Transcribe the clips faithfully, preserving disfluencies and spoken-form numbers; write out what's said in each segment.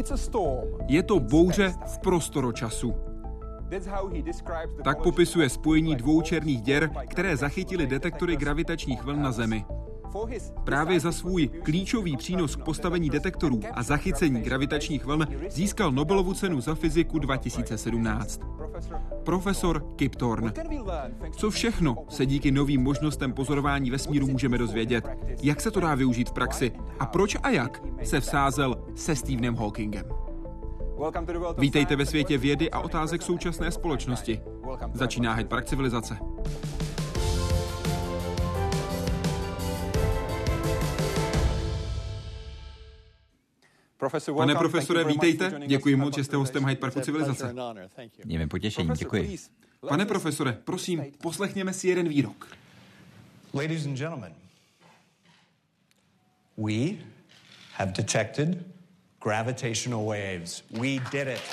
Je to bouře v prostoročasu. Tak popisuje spojení dvou černých děr, které zachytily detektory gravitačních vln na Zemi. Právě za svůj klíčový přínos k postavení detektorů a zachycení gravitačních vln získal Nobelovu cenu za fyziku dva tisíce sedmnáct. Profesor Kip Thorne. Co všechno se díky novým možnostem pozorování vesmíru můžeme dozvědět? Jak se to dá využít v praxi? A proč a jak se vsázel se Stephenem Hawkingem? Vítejte ve světě vědy a otázek současné společnosti. Začíná Hyde Park civilizace. Pane profesore, vítejte. Děkuji moc, že jste hostem Hyde Parku civilizace. Je mi potěšení, děkuji. Pane profesore, prosím, poslechněme si jeden výrok. Ladies and gentlemen, we have detected gravitational waves. We did it.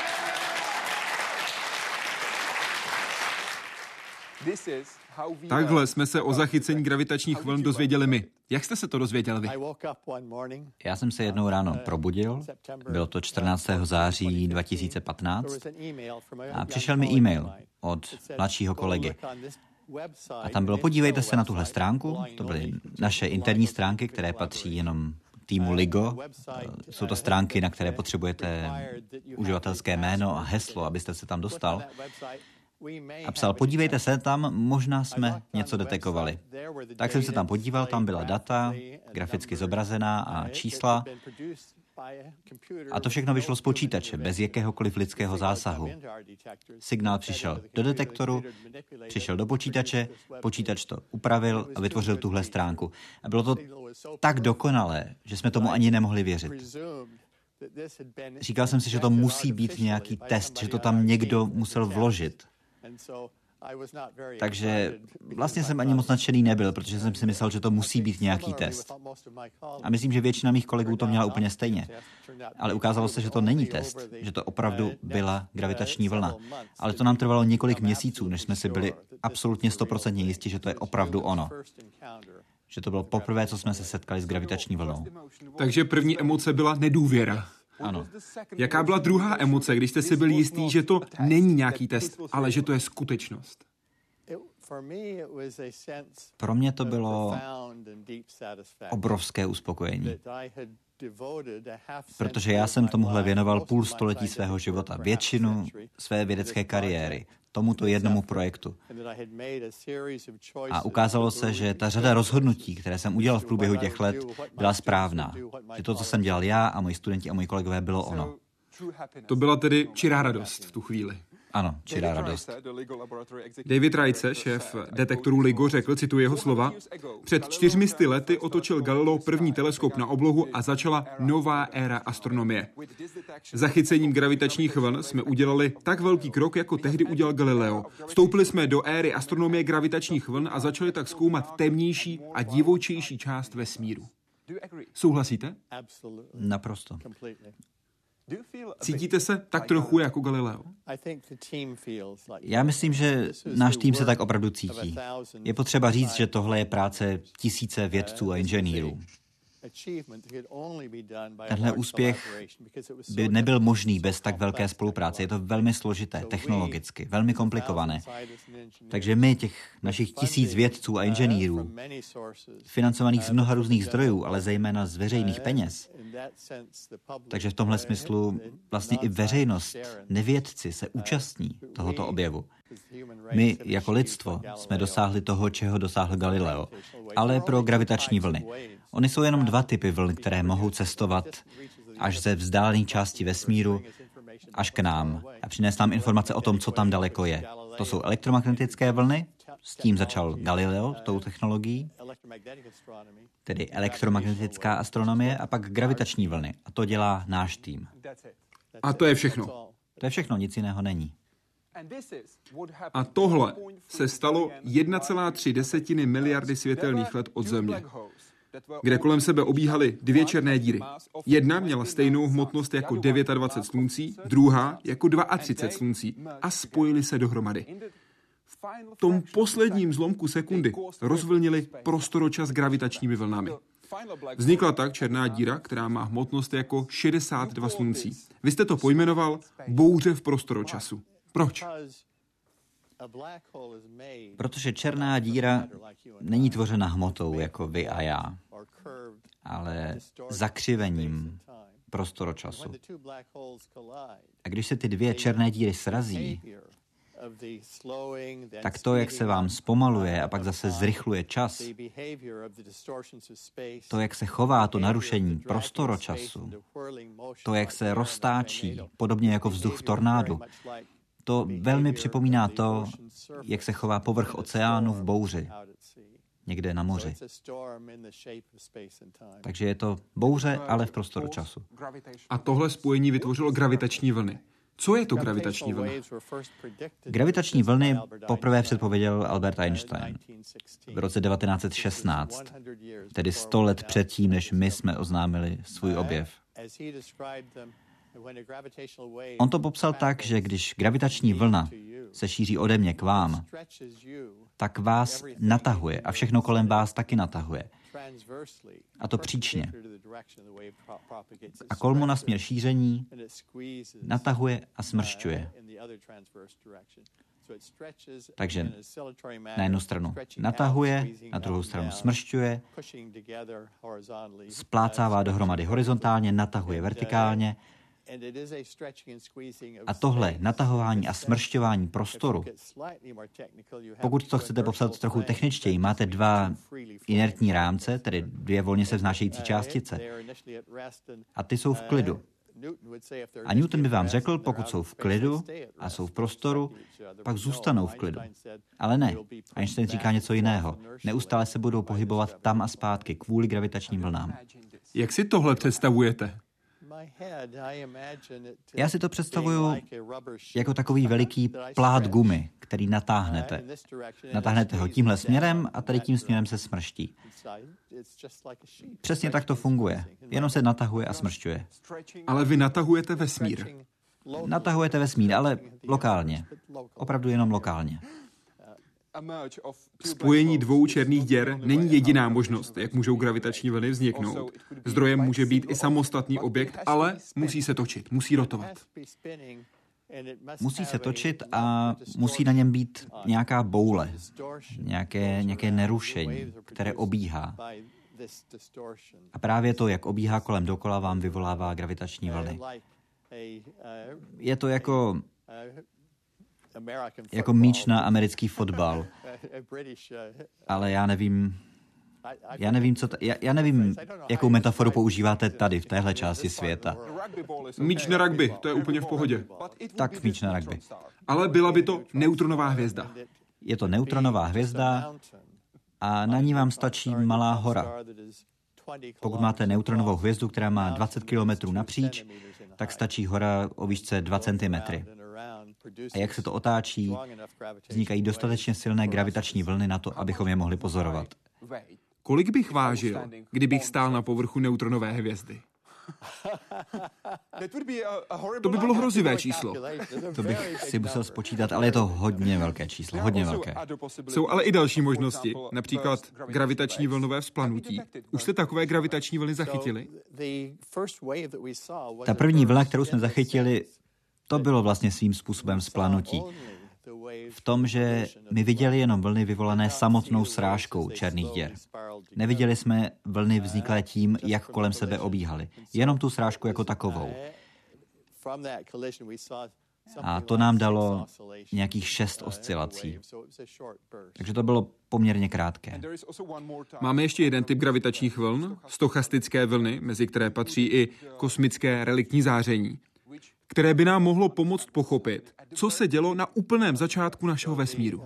Takhle jsme se o zachycení gravitačních vln dozvěděli my. Jak jste se to dozvěděl vy? Já jsem se jednou ráno probudil, bylo to čtrnáctého září dva tisíce patnáct a přišel mi e-mail od mladšího kolegy. A tam bylo, podívejte se na tuhle stránku, to byly naše interní stránky, které patří jenom týmu LIGO. Jsou to stránky, na které potřebujete uživatelské jméno a heslo, abyste se tam dostal. A psal, podívejte se, tam možná jsme něco detekovali. Tak jsem se tam podíval, tam byla data, graficky zobrazená a čísla. A to všechno vyšlo z počítače, bez jakéhokoliv lidského zásahu. Signál přišel do detektoru, přišel do počítače, počítač to upravil a vytvořil tuhle stránku. A bylo to tak dokonalé, že jsme tomu ani nemohli věřit. Říkal jsem si, že to musí být nějaký test, že to tam někdo musel vložit. Takže vlastně jsem ani moc nadšený nebyl, protože jsem si myslel, že to musí být nějaký test. A myslím, že většina mých kolegů to měla úplně stejně. Ale ukázalo se, že to není test, že to opravdu byla gravitační vlna. Ale to nám trvalo několik měsíců, než jsme si byli absolutně stoprocentně jistí, že to je opravdu ono. Že to bylo poprvé, co jsme se setkali s gravitační vlnou. Takže první emoce byla nedůvěra. Ano. Jaká byla druhá emoce, když jste si byli jistý, že to není nějaký test, ale že to je skutečnost? Pro mě to bylo obrovské uspokojení. Protože já jsem tomuhle věnoval půl století svého života, většinu své vědecké kariéry, tomuto jednomu projektu. A ukázalo se, že ta řada rozhodnutí, které jsem udělal v průběhu těch let, byla správná. Že to, co jsem dělal já a moji studenti a moji kolegové, bylo ono. To byla tedy čirá radost v tu chvíli. Ano, čirá radost. David Rajce, šéf detektorů LIGO, řekl, cituji jeho slova, před čtyřmi sty lety otočil Galileo první teleskop na oblohu a začala nová éra astronomie. Zachycením gravitačních vln jsme udělali tak velký krok, jako tehdy udělal Galileo. Vstoupili jsme do éry astronomie gravitačních vln a začali tak zkoumat temnější a divočejší část vesmíru. Souhlasíte? Naprosto. Cítíte se tak trochu jako Galileo? Já myslím, že náš tým se tak opravdu cítí. Je potřeba říct, že tohle je práce tisíce vědců a inženýrů. Tenhle úspěch by nebyl možný bez tak velké spolupráce. Je to velmi složité, technologicky, velmi komplikované. Takže my, těch našich tisíc vědců a inženýrů, financovaných z mnoha různých zdrojů, ale zejména z veřejných peněz, takže v tomhle smyslu vlastně i veřejnost, nevědci se účastní tohoto objevu. My jako lidstvo jsme dosáhli toho, čeho dosáhl Galileo, ale pro gravitační vlny. Ony jsou jenom dva typy vln, které mohou cestovat až ze vzdálené části vesmíru až k nám a přinést nám informace o tom, co tam daleko je. To jsou elektromagnetické vlny, s tím začal Galileo, s tou technologií, tedy elektromagnetická astronomie, a pak gravitační vlny. A to dělá náš tým. A to je všechno. To je všechno, nic jiného není. A tohle se stalo jedna celá tři desetiny miliardy světelných let od Země, kde kolem sebe obíhaly dvě černé díry. Jedna měla stejnou hmotnost jako dvacet devět sluncí, druhá jako třicet dva sluncí a spojily se dohromady. V tom posledním zlomku sekundy rozvlnili prostoročas gravitačními vlnami. Vznikla tak černá díra, která má hmotnost jako šedesát dva sluncí. Vy jste to pojmenoval bouře v prostoročasu. Proč? Protože černá díra není tvořena hmotou jako vy a já, ale zakřivením prostoročasu. A když se ty dvě černé díry srazí, tak to, jak se vám zpomaluje a pak zase zrychluje čas, to, jak se chová to narušení prostoročasu, to, jak se roztáčí, podobně jako vzduch v tornádu, to velmi připomíná to, jak se chová povrch oceánu v bouři, někde na moři. Takže je to bouře, ale v prostoročasu. A tohle spojení vytvořilo gravitační vlny. Co je to gravitační vlna? Gravitační vlny poprvé předpověděl Albert Einstein v roce devatenáct set šestnáct, tedy sto let předtím, než my jsme oznámili svůj objev. On to popsal tak, že když gravitační vlna se šíří ode mě k vám, tak vás natahuje a všechno kolem vás taky natahuje. A to příčně. A kolmo na směr šíření natahuje a smršťuje. Takže na jednu stranu natahuje, na druhou stranu smršťuje, splácává dohromady horizontálně, natahuje vertikálně. A tohle natahování a smršťování prostoru, pokud to chcete popsat trochu techničtěji, máte dva inertní rámce, tedy dvě volně se vznášející částice. A ty jsou v klidu. A Newton by vám řekl, pokud jsou v klidu a jsou v prostoru, pak zůstanou v klidu. Ale ne. Einstein říká něco jiného. Neustále se budou pohybovat tam a zpátky kvůli gravitačním vlnám. Jak si tohle představujete? Já si to představuju jako takový veliký plát gumy, který natáhnete. Natáhnete ho tímhle směrem a tady tím směrem se smrští. Přesně tak to funguje. Jenom se natahuje a smršťuje. Ale vy natahujete vesmír. Natahujete vesmír, ale lokálně. Opravdu jenom lokálně. Spojení dvou černých děr není jediná možnost, jak můžou gravitační vlny vzniknout. Zdrojem může být i samostatný objekt, ale musí se točit, musí rotovat. Musí se točit a musí na něm být nějaká boule, nějaké, nějaké nerušení, které obíhá. A právě to, jak obíhá kolem dokola, vám vyvolává gravitační vlny. Je to jako... jako míč na americký fotbal. Ale já nevím, já nevím, co ta, já, já nevím, jakou metaforu používáte tady, v téhle části světa. Míč na rugby, to je úplně v pohodě. Tak míč na rugby. Ale byla by to neutronová hvězda. Je to neutronová hvězda a na ní vám stačí malá hora. Pokud máte neutronovou hvězdu, která má dvacet kilometrů napříč, tak stačí hora o výšce dva centimetry. A jak se to otáčí, vznikají dostatečně silné gravitační vlny na to, abychom je mohli pozorovat. Kolik bych vážil, kdybych stál na povrchu neutronové hvězdy? To by bylo hrozivé číslo. To bych si musel spočítat, ale je to hodně velké číslo, hodně velké. Jsou ale i další možnosti, například gravitační vlnové vzplanutí. Už jste takové gravitační vlny zachytili? Ta první vlna, kterou jsme zachytili, to bylo vlastně svým způsobem vzplanutí. V tom, že my viděli jenom vlny vyvolané samotnou srážkou černých děr. Neviděli jsme vlny vzniklé tím, jak kolem sebe obíhaly. Jenom tu srážku jako takovou. A to nám dalo nějakých šest oscilací. Takže to bylo poměrně krátké. Máme ještě jeden typ gravitačních vln, stochastické vlny, mezi které patří i kosmické reliktní záření, které by nám mohlo pomoct pochopit, co se dělo na úplném začátku našeho vesmíru.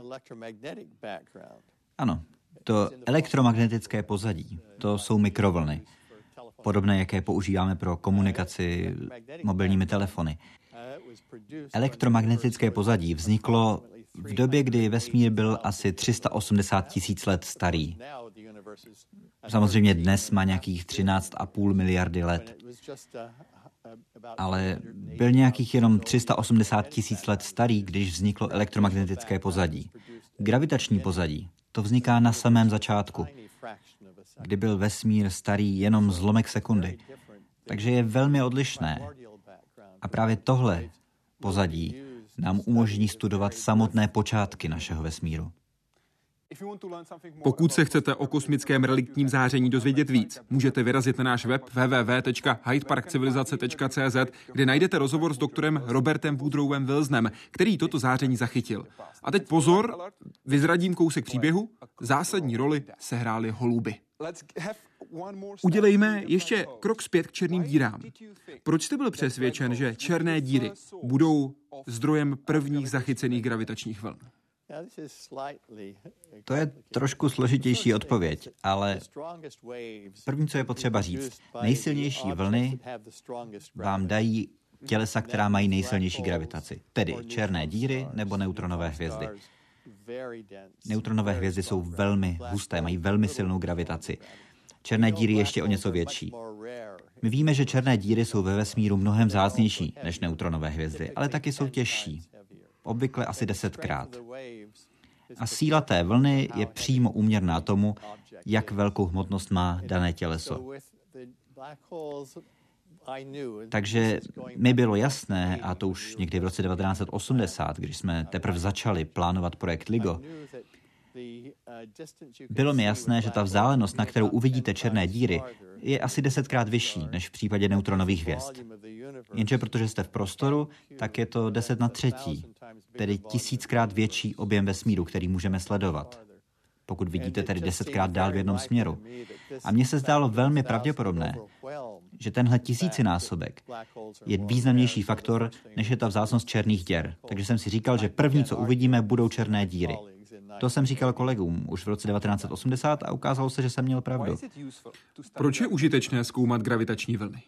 Ano, to elektromagnetické pozadí, to jsou mikrovlny, podobné, jaké používáme pro komunikaci mobilními telefony. Elektromagnetické pozadí vzniklo v době, kdy vesmír byl asi tři sta osmdesát tisíc let starý. Samozřejmě dnes má nějakých třináct a půl miliardy let. Ale byl nějakých jenom tři sta osmdesát tisíc let starý, když vzniklo elektromagnetické pozadí. Gravitační pozadí, to vzniká na samém začátku. kdy byl vesmír starý jenom zlomek sekundy. Takže je velmi odlišné. A právě tohle pozadí nám umožní studovat samotné počátky našeho vesmíru. Pokud se chcete o kosmickém reliktním záření dozvědět víc, můžete vyrazit na náš web w w w tečka hyde park civilizace tečka c z, kde najdete rozhovor s doktorem Robertem Woodrowem Wilsonem, který toto záření zachytil. A teď pozor, vyzradím kousek příběhu. Zásadní roli sehrály holuby. Udělejme ještě krok zpět k černým dírám. Proč jste byl přesvědčen, že černé díry budou zdrojem prvních zachycených gravitačních vln? To je trošku složitější odpověď, ale první, co je potřeba říct, nejsilnější vlny vám dají tělesa, která mají nejsilnější gravitaci, tedy černé díry nebo neutronové hvězdy. Neutronové hvězdy jsou velmi husté, mají velmi silnou gravitaci. Černé díry ještě o něco větší. My víme, že černé díry jsou ve vesmíru mnohem vzácnější než neutronové hvězdy, ale taky jsou těžší. Obvykle asi desetkrát. A síla té vlny je přímo úměrná tomu, jak velkou hmotnost má dané těleso. Takže mi bylo jasné, a to už někdy v roce devatenáct set osmdesát, když jsme teprve začali plánovat projekt LIGO, bylo mi jasné, že ta vzdálenost, na kterou uvidíte černé díry, je asi desetkrát vyšší než v případě neutronových hvězd. Jenže protože jste v prostoru, tak je to deset na třetí, tedy tisíckrát větší objem vesmíru, který můžeme sledovat, pokud vidíte tedy desetkrát dál v jednom směru. A mně se zdálo velmi pravděpodobné, že tenhle tisícinásobek je významnější faktor, než je ta vzácnost černých děr. Takže jsem si říkal, že první, co uvidíme, budou černé díry. To jsem říkal kolegům už v roce devatenáct set osmdesát a ukázalo se, že jsem měl pravdu. Proč je užitečné zkoumat gravitační vlny?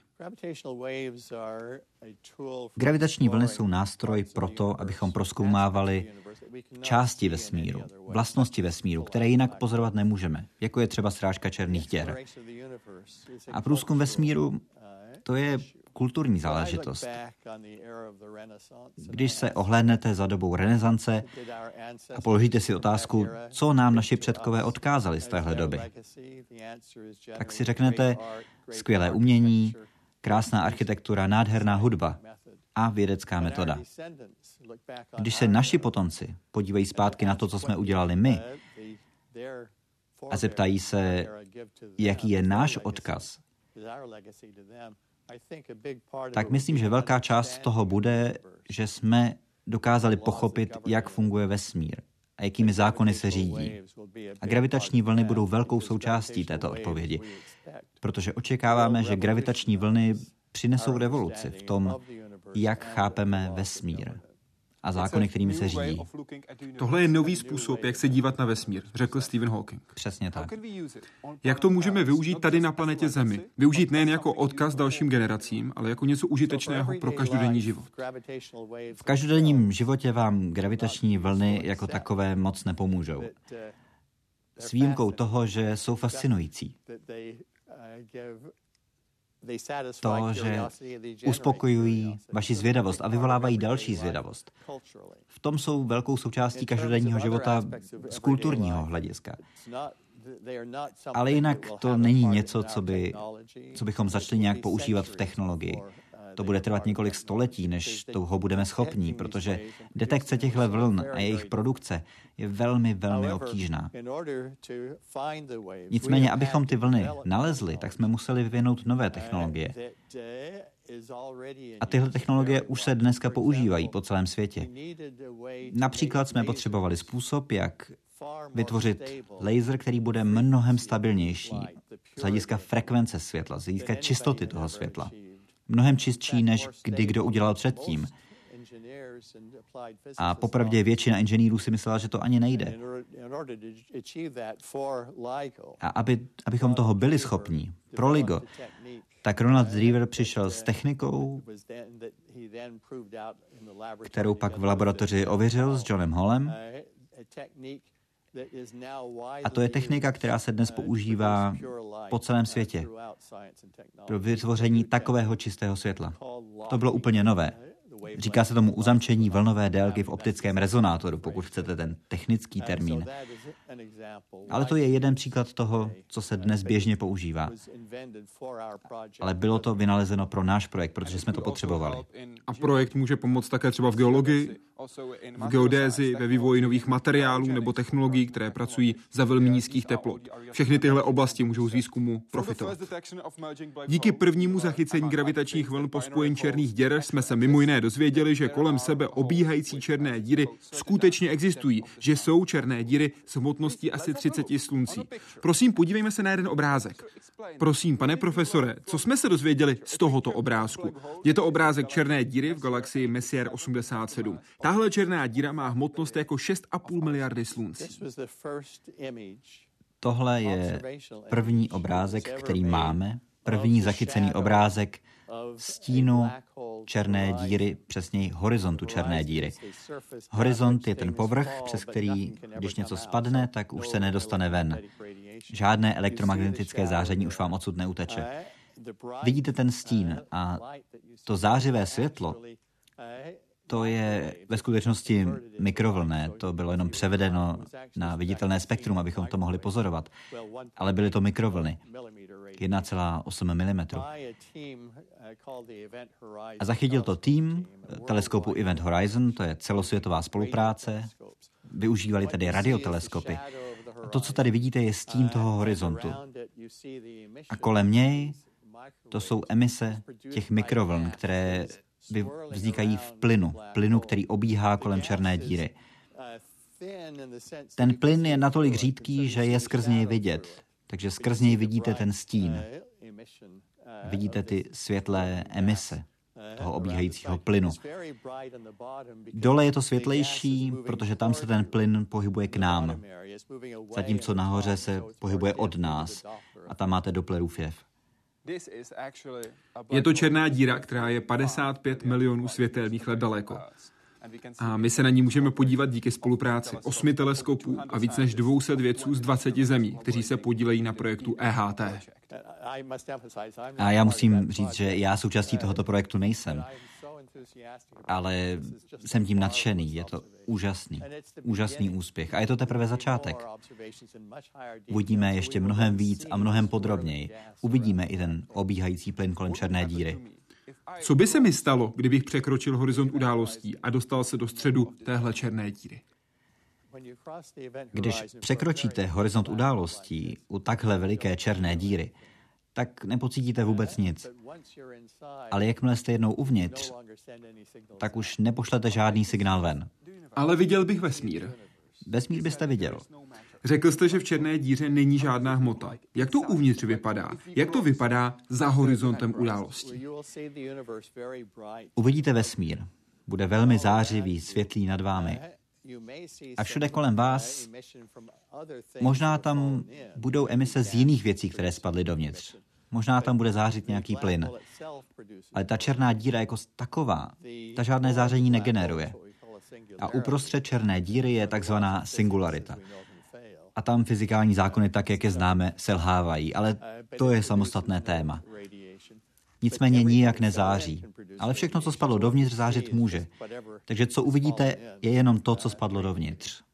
Gravitační vlny jsou nástroj pro to, abychom prozkoumávali části vesmíru, vlastnosti vesmíru, které jinak pozorovat nemůžeme, jako je třeba srážka černých děr. A průzkum vesmíru, to je kulturní záležitost. Když se ohlédnete za dobou renesance a položíte si otázku, co nám naši předkové odkázali z téhle doby, tak si řeknete skvělé umění, krásná architektura, nádherná hudba a vědecká metoda. Když se naši potomci podívají zpátky na to, co jsme udělali my, a zeptají se, jaký je náš odkaz, tak myslím, že velká část toho bude, že jsme dokázali pochopit, jak funguje vesmír a jakými zákony se řídí. A gravitační vlny budou velkou součástí této odpovědi, protože očekáváme, že gravitační vlny přinesou revoluci v tom, jak chápeme vesmír a zákony, kterými se řídí. Tohle je nový způsob, jak se dívat na vesmír, řekl Stephen Hawking. Přesně tak. Jak to můžeme využít tady na planetě Zemi? Využít nejen jako odkaz dalším generacím, ale jako něco užitečného pro každodenní život. V každodenním životě vám gravitační vlny jako takové moc nepomůžou. S výjimkou toho, že jsou fascinující. To, že uspokojují vaši zvědavost a vyvolávají další zvědavost. V tom jsou velkou součástí každodenního života z kulturního hlediska. Ale jinak to není něco, co, by, co bychom začali nějak používat v technologii. To bude trvat několik století, než toho budeme schopní, protože detekce těchto vln a jejich produkce je velmi, velmi obtížná. Nicméně, abychom ty vlny nalezli, tak jsme museli vyvinout nové technologie. A tyhle technologie už se dneska používají po celém světě. Například jsme potřebovali způsob, jak vytvořit laser, který bude mnohem stabilnější z hlediska frekvence světla, z hlediska čistoty toho světla. Mnohem čistší, než kdy kdo udělal předtím. A popravdě většina inženýrů si myslela, že to ani nejde. A aby, abychom toho byli schopní pro LIGO, tak Ronald Drever přišel s technikou, kterou pak v laboratoři ověřil s Johnem Hallem. A to je technika, která se dnes používá po celém světě pro vytvoření takového čistého světla. To bylo úplně nové. Říká se tomu uzamčení vlnové délky v optickém rezonátoru, pokud chcete ten technický termín. Ale to je jeden příklad toho, co se dnes běžně používá. Ale bylo to vynalezeno pro náš projekt, protože jsme to potřebovali. A projekt může pomoct také třeba v geologii, v geodézi, ve vývoji nových materiálů nebo technologií, které pracují za velmi nízkých teplot. Všechny tyhle oblasti můžou z výzkumu profitovat. Díky prvnímu zachycení gravitačních vln po spojení černých děr jsme se mimo jiné dozvěděli, že kolem sebe obíhající černé díry skutečně existují, že jsou černé díry s hmotností asi třicet sluncí. Prosím, podívejme se na jeden obrázek. Prosím, pane profesore, co jsme se dozvěděli z tohoto obrázku? Je to obrázek černé díry v galaxii Messier osmdesát sedm. Tahle černá díra má hmotnost jako šest a půl miliardy sluncí. Tohle je první obrázek, který máme, první zachycený obrázek stínu černé díry, přesněji horizontu černé díry. Horizont je ten povrch, přes který, když něco spadne, tak už se nedostane ven. Žádné elektromagnetické záření už vám odsud neuteče. Vidíte ten stín a to zářivé světlo, to je ve skutečnosti mikrovlnné, to bylo jenom převedeno na viditelné spektrum, abychom to mohli pozorovat. Ale byly to mikrovlny, jedna celá osm milimetrů. A zachytil to tým teleskopu Event Horizon, to je celosvětová spolupráce. Využívali tady radioteleskopy. A to, co tady vidíte, je stín toho horizontu. A kolem něj to jsou emise těch mikrovln, které vznikají v plynu, plynu, který obíhá kolem černé díry. Ten plyn je natolik řídký, že je skrz něj vidět, takže skrz něj vidíte ten stín. Vidíte ty světlé emise toho obíhajícího plynu. Dole je to světlejší, protože tam se ten plyn pohybuje k nám, zatímco nahoře se pohybuje od nás a tam máte Dopplerův jev. Je to černá díra, která je padesát pět milionů světelných let daleko. A my se na ní můžeme podívat díky spolupráci osmi teleskopů a víc než dvě stě vědců z dvaceti zemí, kteří se podílejí na projektu E H T. A já musím říct, že já součástí tohoto projektu nejsem, ale jsem tím nadšený. Je to úžasný, úžasný úspěch. A je to teprve začátek. Uvidíme ještě mnohem víc a mnohem podrobněji. Uvidíme i ten obíhající plyn kolem černé díry. Co by se mi stalo, kdybych překročil horizont událostí a dostal se do středu téhle černé díry? Když překročíte horizont událostí u takhle veliké černé díry, tak nepocítíte vůbec nic. Ale jakmile jste jednou uvnitř, tak už nepošlete žádný signál ven. Ale viděl bych vesmír. Vesmír byste viděl. Řekl jste, že v černé díře není žádná hmota. Jak to uvnitř vypadá? Jak to vypadá za horizontem událostí? Uvidíte vesmír. Bude velmi zářivý, světlý nad vámi. A všude kolem vás možná tam budou emise z jiných věcí, které spadly dovnitř. Možná tam bude zářit nějaký plyn. Ale ta černá díra jako taková, ta žádné záření negeneruje. A uprostřed černé díry je takzvaná singularita. A tam fyzikální zákony, tak jak je známe, selhávají. Ale to je samostatné téma. Nicméně nijak nezáří. Ale všechno, co spadlo dovnitř, zářit může. Takže co uvidíte, je jenom to, co spadlo dovnitř.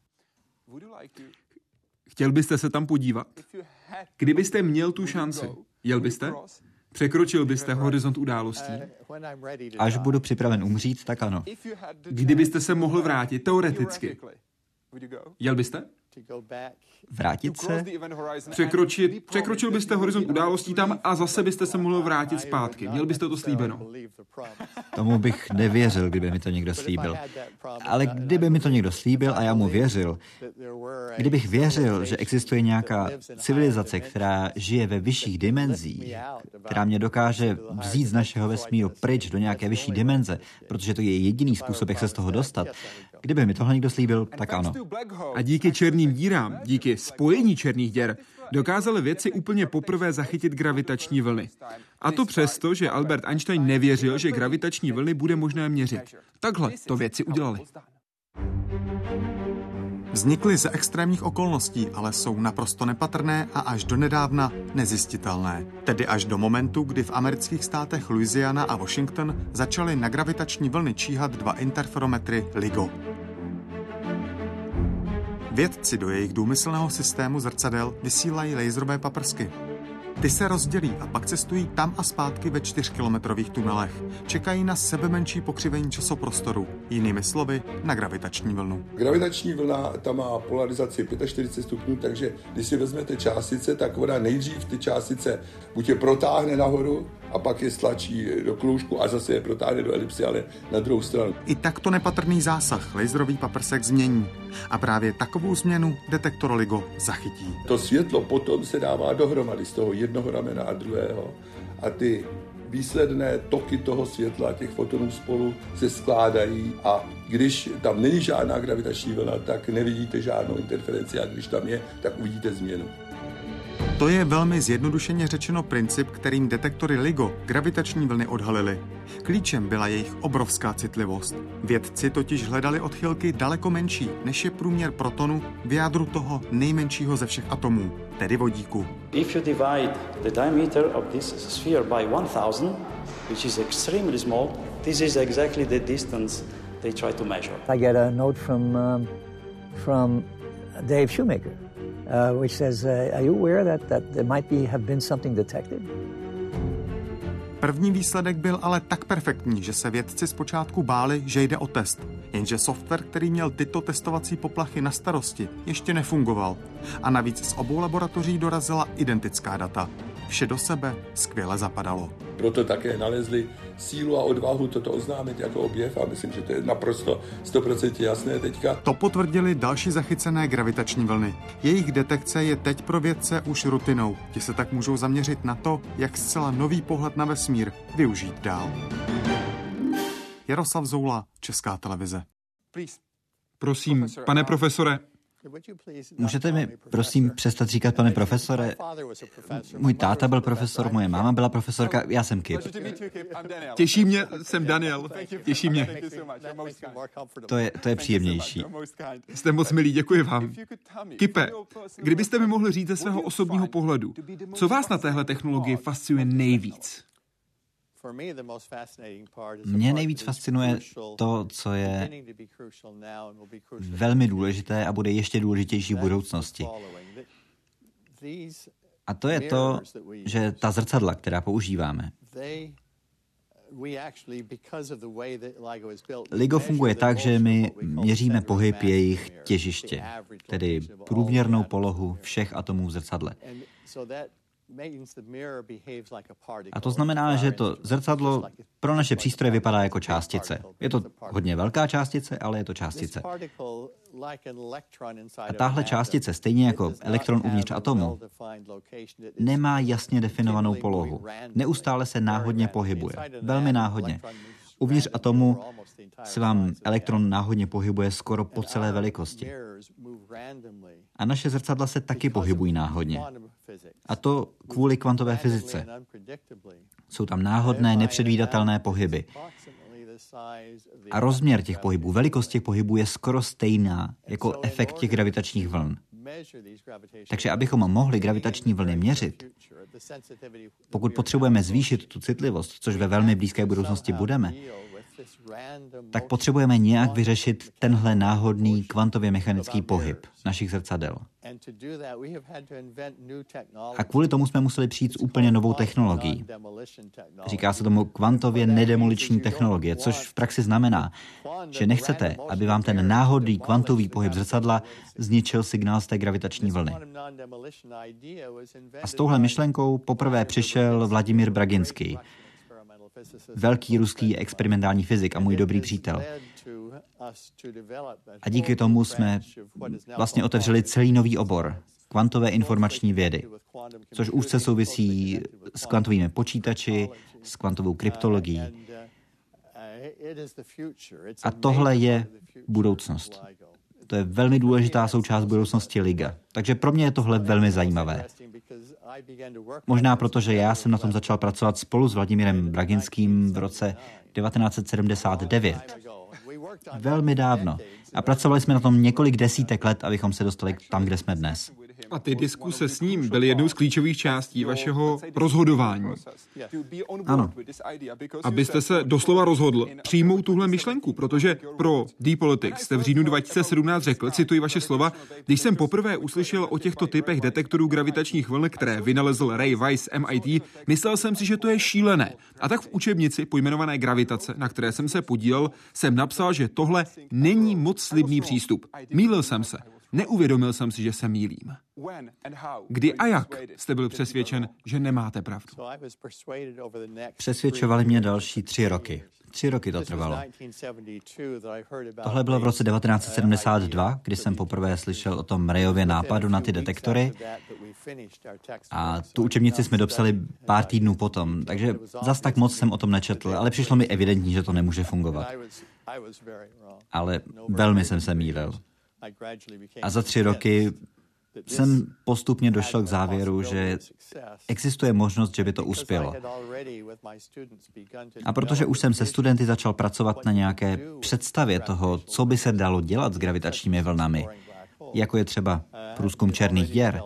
Chtěl byste se tam podívat? Kdybyste měl tu šanci, jel byste? Překročil byste horizont událostí? Až budu připraven umřít, tak ano. Kdybyste se mohl vrátit, teoreticky, jel byste? Vrátit se? Překročit, překročil byste horizont událostí tam a zase byste se mohl vrátit zpátky. Měl byste to slíbeno. Tomu bych nevěřil, kdyby mi to někdo slíbil. Ale kdyby mi to někdo slíbil a já mu věřil, kdybych věřil, že existuje nějaká civilizace, která žije ve vyšších dimenzích, která mě dokáže vzít z našeho vesmíru pryč do nějaké vyšší dimenze, protože to je jediný způsob, jak se z toho dostat, kdyby mi tohle někdo slíbil, tak ano. A díky černým dírám, díky spojení černých děr, dokázali vědci úplně poprvé zachytit gravitační vlny. A to přesto, že Albert Einstein nevěřil, že gravitační vlny bude možné měřit. Takhle to vědci udělali. Vznikly ze extrémních okolností, ale jsou naprosto nepatrné a až donedávna nezjistitelné. Tedy až do momentu, kdy v amerických státech Louisiana a Washington začaly na gravitační vlny číhat dva interferometry LIGO. Vědci do jejich důmyslného systému zrcadel vysílají laserové paprsky. Ty se rozdělí a pak cestují tam a zpátky ve čtyřkilometrových tunelech. Čekají na sebemenší pokřivení časoprostoru, jinými slovy na gravitační vlnu. Gravitační vlna ta má polarizaci čtyřicet pět stupňů, takže když si vezmete částice, tak ona nejdřív ty částice buď je protáhne nahoru a pak je stlačí do kroužku a zase je protáhne do elipsy, ale na druhou stranu. I takto nepatrný zásah laserový paprsek změní. A právě takovou změnu detektor LIGO zachytí. To světlo potom se dává dohromady z toho jednoho ramena a druhého a ty výsledné toky toho světla, těch fotonů spolu se skládají a když tam není žádná gravitační vlna, tak nevidíte žádnou interferenci a když tam je, tak uvidíte změnu. To je velmi zjednodušeně řečeno princip, kterým detektory LIGO gravitační vlny odhalily. Klíčem byla jejich obrovská citlivost. Vědci totiž hledali odchylky daleko menší, než je průměr protonu v jádru toho nejmenšího ze všech atomů, tedy vodíku. If you divide the diameter of this sphere by one thousand, which is extremely small, this is exactly the distance they try to measure. I get a note from um, from Dave Shoemaker. Uh, which says, uh, are you aware that, that there might be, have been something detected? První výsledek byl ale tak perfektní, že se vědci zpočátku báli, že jde o test. Jenže software, který měl tyto testovací poplachy na starosti, ještě nefungoval. A navíc z obou laboratoří dorazila identická data. Vše do sebe skvěle zapadalo. Proto také nalezli sílu a odvahu toto oznámit jako objev a myslím, že to je naprosto sto procent jasné teďka. To potvrdili další zachycené gravitační vlny. Jejich detekce je teď pro vědce už rutinou. Ti se tak můžou zaměřit na to, jak zcela nový pohled na vesmír využít dál. Jaroslav Zoula, Česká televize. Prosím, pane profesore. Můžete mi, prosím, přestat říkat, pane profesore? Můj táta byl profesor, moje máma byla profesorka, já jsem Kip. Těší mě, jsem Daniel. Těší mě. To je, to je příjemnější. Jste moc milí, děkuji vám. Kipe, kdybyste mi mohli říct ze svého osobního pohledu, co vás na téhle technologii fascinuje nejvíc? Mě nejvíc fascinuje to, co je velmi důležité a bude ještě důležitější v budoucnosti. A to je to, že ta zrcadla, která používáme, LIGO funguje tak, že my měříme pohyb jejich těžiště, tedy průměrnou polohu všech atomů v zrcadle. A to znamená, že to zrcadlo pro naše přístroje vypadá jako částice. Je to hodně velká částice, ale je to částice. A tahle částice, stejně jako elektron uvnitř atomu, nemá jasně definovanou polohu. Neustále se náhodně pohybuje. Velmi náhodně. Uvnitř atomu se vám elektron náhodně pohybuje skoro po celé velikosti. A naše zrcadla se taky pohybují náhodně. A to kvůli kvantové fyzice. Jsou tam náhodné, nepředvídatelné pohyby. A rozměr těch pohybů, velikost těch pohybů je skoro stejná jako efekt těch gravitačních vln. Takže abychom mohli gravitační vlny měřit, pokud potřebujeme zvýšit tu citlivost, což ve velmi blízké budoucnosti budeme, tak potřebujeme nějak vyřešit tenhle náhodný kvantově mechanický pohyb našich zrcadel. A kvůli tomu jsme museli přijít s úplně novou technologií. Říká se tomu kvantově nedemoliční technologie, což v praxi znamená, že nechcete, aby vám ten náhodný kvantový pohyb zrcadla zničil signál z té gravitační vlny. A s touhle myšlenkou poprvé přišel Vladimír Braginský, velký ruský experimentální fyzik a můj dobrý přítel. A díky tomu jsme vlastně otevřeli celý nový obor, kvantové informační vědy, což úzce souvisí s kvantovými počítači, s kvantovou kryptologií. A tohle je budoucnost. To je velmi důležitá součást budoucnosti LIGA. Takže pro mě je tohle velmi zajímavé. Možná proto, že já jsem na tom začal pracovat spolu s Vladimírem Braginským v roce devatenáct set sedmdesát devět. Velmi dávno. A pracovali jsme na tom několik desítek let, abychom se dostali tam, kde jsme dnes. A ty diskuse s ním byly jednou z klíčových částí vašeho rozhodování. Ano. Abyste se doslova rozhodl přijmout tuhle myšlenku, protože pro D-Politics jste v říjnu dva tisíce sedmnáct řekl, cituji vaše slova, když jsem poprvé uslyšel o těchto typech detektorů gravitačních vln, které vynalezl Ray Weiss M I T, myslel jsem si, že to je šílené. A tak v učebnici pojmenované Gravitace, na které jsem se podílel, jsem napsal, že tohle není moc slibný přístup. Mýlil jsem se. Neuvědomil jsem si, že se mýlím. Kdy a jak jste byl přesvědčen, že nemáte pravdu? Přesvědčovali mě další tři roky. Tři roky to trvalo. Tohle bylo v roce devatenáct set sedmdesát dva, kdy jsem poprvé slyšel o tom Rayově nápadu na ty detektory a tu učebnici jsme dopsali pár týdnů potom, takže zas tak moc jsem o tom nečetl, ale přišlo mi evidentní, že to nemůže fungovat. Ale velmi jsem se mýlil. A za tři roky jsem postupně došel k závěru, že existuje možnost, že by to uspělo. A protože už jsem se studenty začal pracovat na nějaké představě toho, co by se dalo dělat s gravitačními vlnami, jako je třeba průzkum černých děr,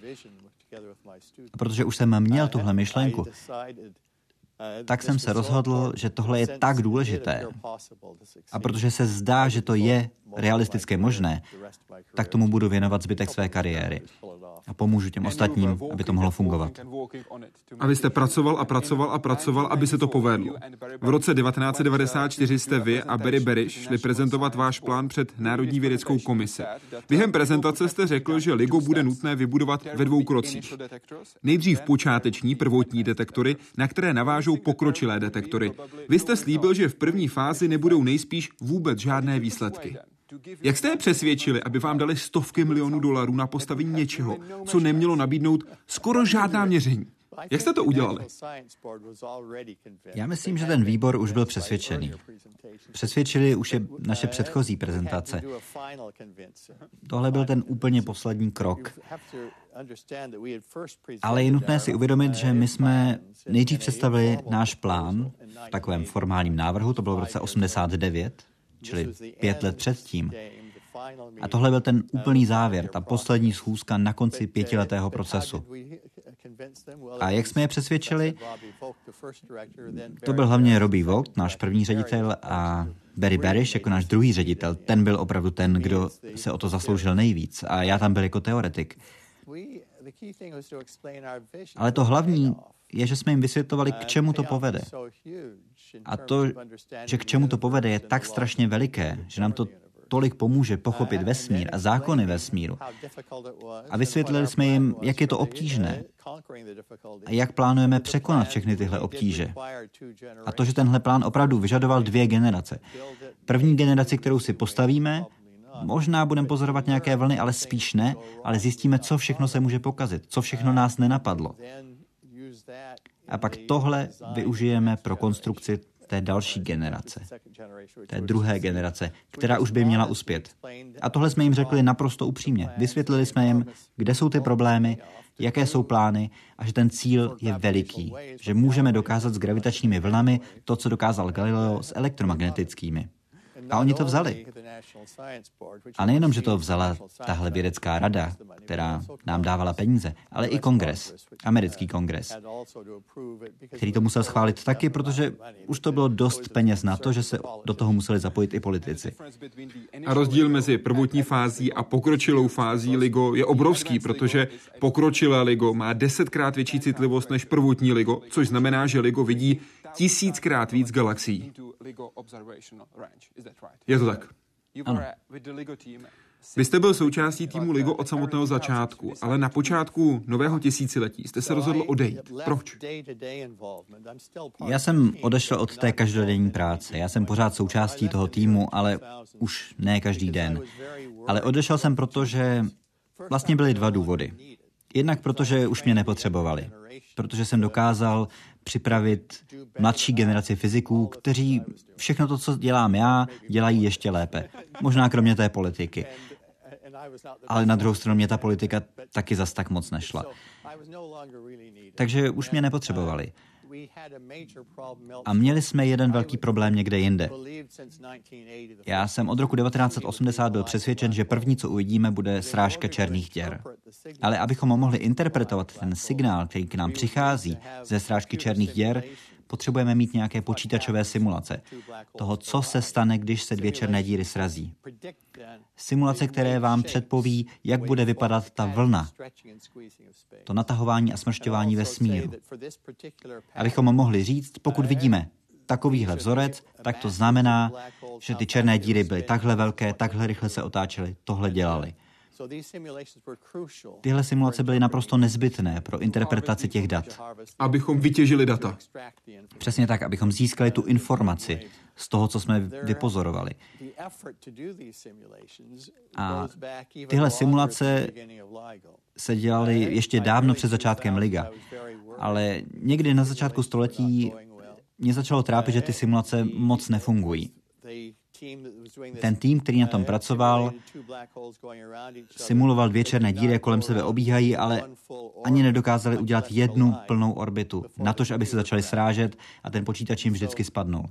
a protože už jsem měl tuhle myšlenku, tak jsem se rozhodl, že tohle je tak důležité. A protože se zdá, že to je realisticky možné, tak tomu budu věnovat zbytek své kariéry. A pomůžu těm ostatním, aby to mohlo fungovat. A vy jste pracoval a pracoval a pracoval, aby se to povedlo. V roce devatenáct set devadesát čtyři jste vy a Barry Barish šli prezentovat váš plán před Národní vědeckou komisi. Během prezentace jste řekl, že LIGO bude nutné vybudovat ve dvou krocích. Nejdřív počáteční prvotní detektory, na které navážou pokročilé detektory. Vy jste slíbil, že v první fázi nebudou nejspíš vůbec žádné výsledky. Jak jste je přesvědčili, aby vám dali stovky milionů dolarů na postavení něčeho, co nemělo nabídnout skoro žádná měření? Jak jste to udělali? Já myslím, že ten výbor už byl přesvědčený. Přesvědčili už je naše předchozí prezentace. Tohle byl ten úplně poslední krok. Ale je nutné si uvědomit, že my jsme nejdřív představili náš plán v takovém formálním návrhu, to bylo v roce osmdesát devět, čili pět let předtím. A tohle byl ten úplný závěr, ta poslední schůzka na konci pětiletého procesu. A jak jsme je přesvědčili? To byl hlavně Robbie Vogt, náš první ředitel, a Barry Barish jako náš druhý ředitel. Ten byl opravdu ten, kdo se o to zasloužil nejvíc. A já tam byl jako teoretik. Ale to hlavní je, že jsme jim vysvětlovali, k čemu to povede. A to, že k čemu to povede, je tak strašně veliké, že nám to tolik pomůže pochopit vesmír a zákony vesmíru. A vysvětlili jsme jim, jak je to obtížné a jak plánujeme překonat všechny tyhle obtíže. A to, že tenhle plán opravdu vyžadoval dvě generace. První generaci, kterou si postavíme, možná budeme pozorovat nějaké vlny, ale spíš ne, ale zjistíme, co všechno se může pokazit, co všechno nás nenapadlo. A pak tohle využijeme pro konstrukci té další generace, té druhé generace, která už by měla uspět. A tohle jsme jim řekli naprosto upřímně. Vysvětlili jsme jim, kde jsou ty problémy, jaké jsou plány a že ten cíl je veliký, že můžeme dokázat s gravitačními vlnami to, co dokázal Galileo s elektromagnetickými. A oni to vzali. A nejenom, že to vzala tahle vědecká rada, která nám dávala peníze, ale i kongres, americký kongres, který to musel schválit taky, protože už to bylo dost peněz na to, že se do toho museli zapojit i politici. A rozdíl mezi prvotní fází a pokročilou fází LIGO je obrovský, protože pokročilé LIGO má desetkrát větší citlivost než prvotní LIGO, což znamená, že LIGO vidí tisíckrát víc galaxií. Je to tak? Ano. Vy jste byl součástí týmu LIGO od samotného začátku, ale na počátku nového tisíciletí jste se rozhodl odejít. Proč? Já jsem odešel od té každodenní práce. Já jsem pořád součástí toho týmu, ale už ne každý den. Ale odešel jsem, protože vlastně byly dva důvody. Jednak protože už mě nepotřebovali. Protože jsem dokázal připravit mladší generaci fyziků, kteří všechno to, co dělám já, dělají ještě lépe. Možná kromě té politiky. Ale na druhou stranu mě ta politika taky zas tak moc nešla. Takže už mě nepotřebovali. A měli jsme jeden velký problém někde jinde. Já jsem od roku devatenáct set osmdesát byl přesvědčen, že první, co uvidíme, bude srážka černých děr. Ale abychom mohli interpretovat ten signál, který k nám přichází ze srážky černých děr, potřebujeme mít nějaké počítačové simulace toho, co se stane, když se dvě černé díry srazí. Simulace, které vám předpoví, jak bude vypadat ta vlna, to natahování a smršťování vesmíru. Abychom mohli říct, pokud vidíme takovýhle vzorec, tak to znamená, že ty černé díry byly takhle velké, takhle rychle se otáčely, tohle dělali. Tyhle simulace byly naprosto nezbytné pro interpretaci těch dat. Abychom vytěžili data. Přesně tak, abychom získali tu informaci z toho, co jsme vypozorovali. A tyhle simulace se dělaly ještě dávno před začátkem LIGA. Ale někdy na začátku století mě začalo trápit, že ty simulace moc nefungují. Ten tým, který na tom pracoval, simuloval dvě černé díry, kolem sebe obíhají, ale ani nedokázali udělat jednu plnou orbitu, natož aby se začali srážet a ten počítač jim vždycky spadnul.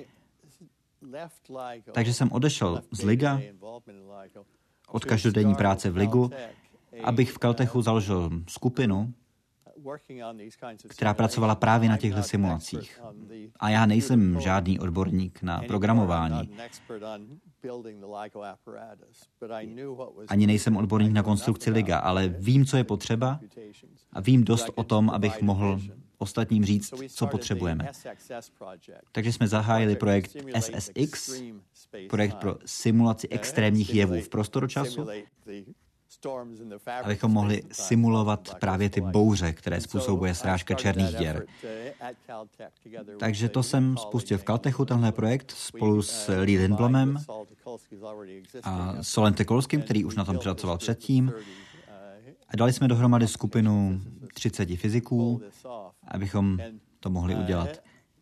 Takže jsem odešel z LIGA, od každodenní práce v LIGu, abych v Caltechu založil skupinu, která pracovala právě na těchto simulacích. A já nejsem žádný odborník na programování. Ani nejsem odborník na konstrukci LIGA, ale vím, co je potřeba a vím dost o tom, abych mohl ostatním říct, co potřebujeme. Takže jsme zahájili projekt S S X, projekt pro simulaci extrémních jevů v prostoročasu, abychom mohli simulovat právě ty bouře, které způsobuje srážka černých děr. Takže to jsem spustil v Caltechu, tenhle projekt, spolu s Lee Lindblomem a Solem Tekolským, který už na tom pracoval předtím. A dali jsme dohromady skupinu třiceti fyziků, abychom to mohli udělat.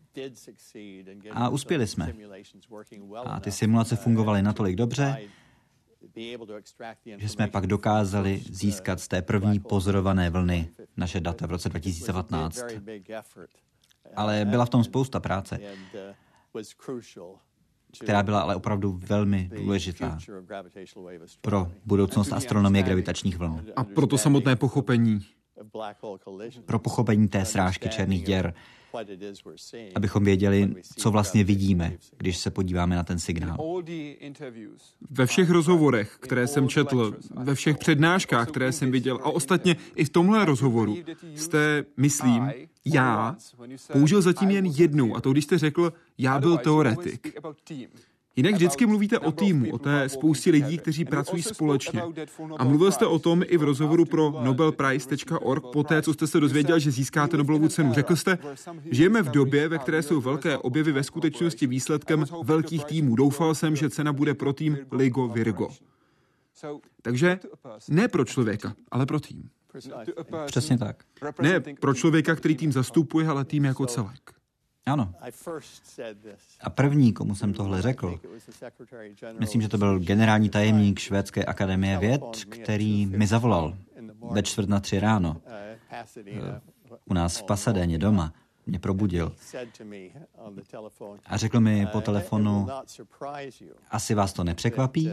A uspěli jsme. A ty simulace fungovaly natolik dobře, že jsme pak dokázali získat z té první pozorované vlny naše data v roce dva tisíce patnáct. Ale byla v tom spousta práce, která byla ale opravdu velmi důležitá pro budoucnost astronomie gravitačních vln. A pro to samotné pochopení. Pro pochopení té srážky černých děr, abychom věděli, co vlastně vidíme, když se podíváme na ten signál. Ve všech rozhovorech, které jsem četl, ve všech přednáškách, které jsem viděl a ostatně i v tomhle rozhovoru jste, myslím, já, použil zatím jen jednou, a to když jste řekl, já byl teoretik. Jinak vždycky mluvíte o týmu, o té spoustě lidí, kteří pracují společně. A mluvil jste o tom i v rozhovoru pro nobel prize tečka org poté, co jste se dozvěděl, že získáte Nobelovu cenu. Řekl jste, žijeme v době, ve které jsou velké objevy ve skutečnosti výsledkem velkých týmů. Doufal jsem, že cena bude pro tým LIGO Virgo. Takže ne pro člověka, ale pro tým. Přesně tak. Ne pro člověka, který tým zastupuje, ale tým jako celek. Ano. A první, komu jsem tohle řekl, myslím, že to byl generální tajemník Švédské akademie věd, který mi zavolal ve čtvrt na tři ráno u nás v Pasadéně doma. Mě probudil a řekl mi po telefonu, asi vás to nepřekvapí,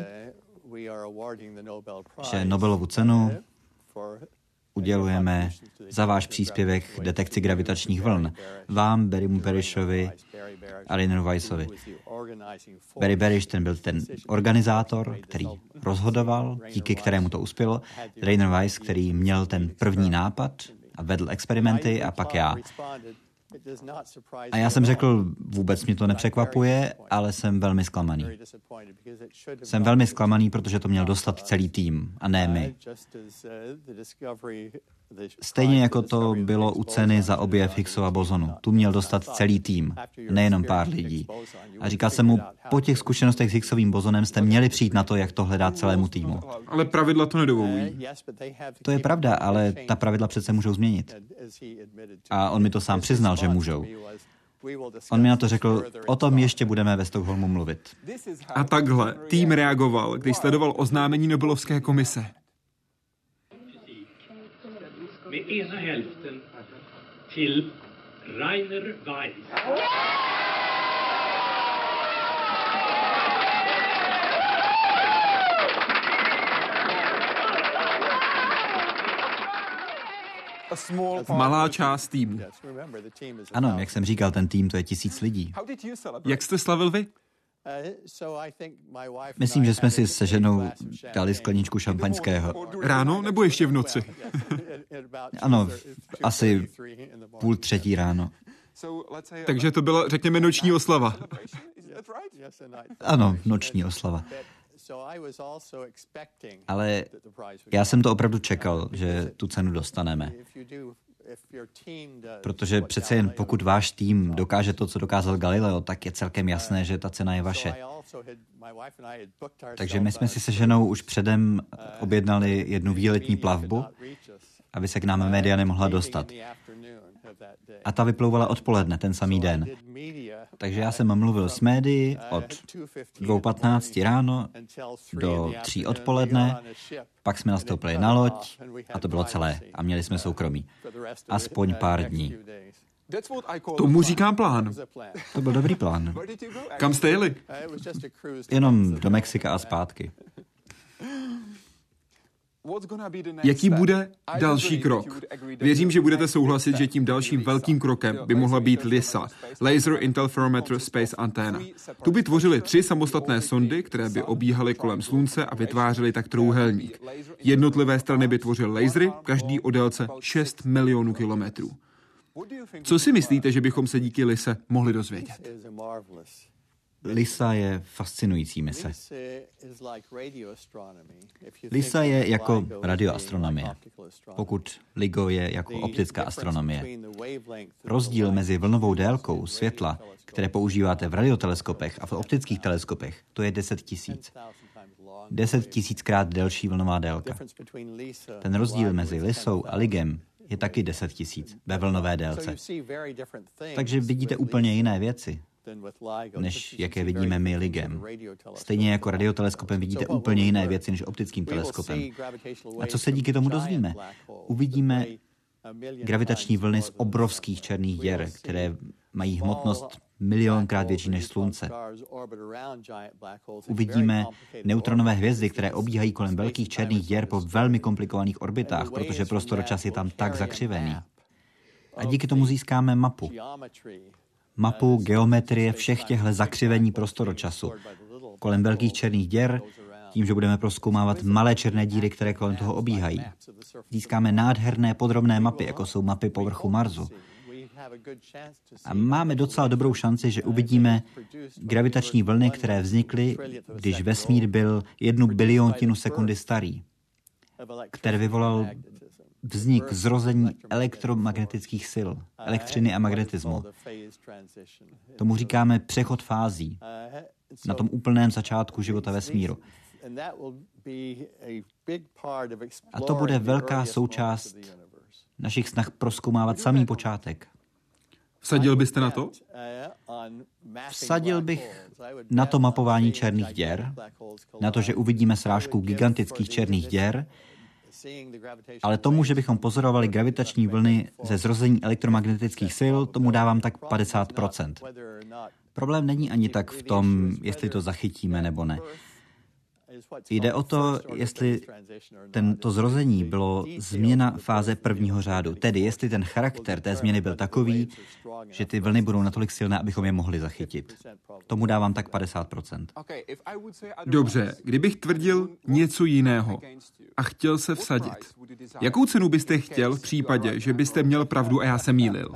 že Nobelovu cenu udělujeme za váš příspěvek k detekci gravitačních vln. Vám, Barrymu Parishovi a Rainer Weissovi. Barry Barish, ten byl ten organizátor, který rozhodoval, díky kterému to uspělo. Rainer Weiss, který měl ten první nápad a vedl experimenty, a pak já. A já jsem řekl, vůbec mě to nepřekvapuje, ale jsem velmi zklamaný. Jsem velmi zklamaný, protože to měl dostat celý tým, a ne my. Stejně jako to bylo u ceny za objev Higgsova bozonu. Tu měl dostat celý tým, nejenom pár lidí. A říkal jsem mu, po těch zkušenostech s Higgsovým bozonem jste měli přijít na to, jak to hledat celému týmu. Ale pravidla to nedovolují. To je pravda, ale ta pravidla přece můžou změnit. A on mi to sám přiznal, že můžou. On mi na to řekl, o tom ještě budeme ve Stockholmu mluvit. A takhle tým reagoval, když sledoval oznámení Nobelovské komise. Med ena hälften till Rainer Weiss. Malá část týmu. Ano, jak jsem říkal, ten tým to je tisíc lidí. Jak jste slavil vy? Myslím, že jsme si se ženou dali skleničku šampaňského. Ráno nebo ještě v noci? Ano, asi půl třetí ráno. Takže to byla, řekněme, noční oslava. Ano, noční oslava. Ale já jsem to opravdu čekal, že tu cenu dostaneme. Protože přece jen pokud váš tým dokáže to, co dokázal Galileo, tak je celkem jasné, že ta cena je vaše. Takže my jsme si se ženou už předem objednali jednu výletní plavbu, aby se k nám média nemohla dostat. A ta vyplouvala odpoledne, ten samý den. Takže já jsem mluvil s médií od dvou patnáct ráno do tří odpoledne, pak jsme nastoupili na loď a to bylo celé. A měli jsme soukromí. Aspoň pár dní. Tomu říkám plán. To byl dobrý plán. Kam jste jeli? Jenom do Mexika a zpátky. Jaký bude další krok? Věřím, že budete souhlasit, že tím dalším velkým krokem by mohla být LISA, Laser Interferometer Space Antenna. Tu by tvořily tři samostatné sondy, které by obíhaly kolem Slunce a vytvářely tak trojúhelník. Jednotlivé strany by tvořily lasery, každý o délce šest milionů kilometrů. Co si myslíte, že bychom se díky LISE mohli dozvědět? LISA je fascinující mise. LISA je jako radioastronomie, pokud LIGO je jako optická astronomie. Rozdíl mezi vlnovou délkou světla, které používáte v radioteleskopech a v optických teleskopech, to je deset tisíc. Deset tisíckrát delší vlnová délka. Ten rozdíl mezi LISou a LIGem je taky deset tisíc ve vlnové délce. Takže vidíte úplně jiné věci, než jaké vidíme my LIGem. Stejně jako radioteleskopem vidíte úplně jiné věci než optickým teleskopem. A co se díky tomu dozvíme? Uvidíme gravitační vlny z obrovských černých děr, které mají hmotnost milionkrát větší než Slunce. Uvidíme neutronové hvězdy, které obíhají kolem velkých černých děr po velmi komplikovaných orbitách, protože prostoročas je tam tak zakřivený. A díky tomu získáme mapu. Mapu geometrie všech těchto zakřivení prostoročasu. Kolem velkých černých děr, tím, že budeme prozkoumávat malé černé díry, které kolem toho obíhají. Získáme nádherné podrobné mapy, jako jsou mapy povrchu Marsu. A máme docela dobrou šanci, že uvidíme gravitační vlny, které vznikly, když vesmír byl jednu biliontinu sekundy starý, které vyvolal vznik zrození elektromagnetických sil, elektřiny a magnetismu. Tomu říkáme přechod fází na tom úplném začátku života vesmíru. A to bude velká součást našich snah prozkoumávat samý počátek. Vsadil byste na to? Vsadil bych na to mapování černých děr, na to, že uvidíme srážku gigantických černých děr, ale tomu, že bychom pozorovali gravitační vlny ze zrození elektromagnetických sil, tomu dávám tak padesát procent. Problém není ani tak v tom, jestli to zachytíme nebo ne. Jde o to, jestli tento zrození bylo změna fáze prvního řádu, tedy jestli ten charakter té změny byl takový, že ty vlny budou natolik silné, abychom je mohli zachytit. Tomu dávám tak padesát procent. Dobře, kdybych tvrdil něco jiného a chtěl se vsadit, jakou cenu byste chtěl v případě, že byste měl pravdu a já se mýlil?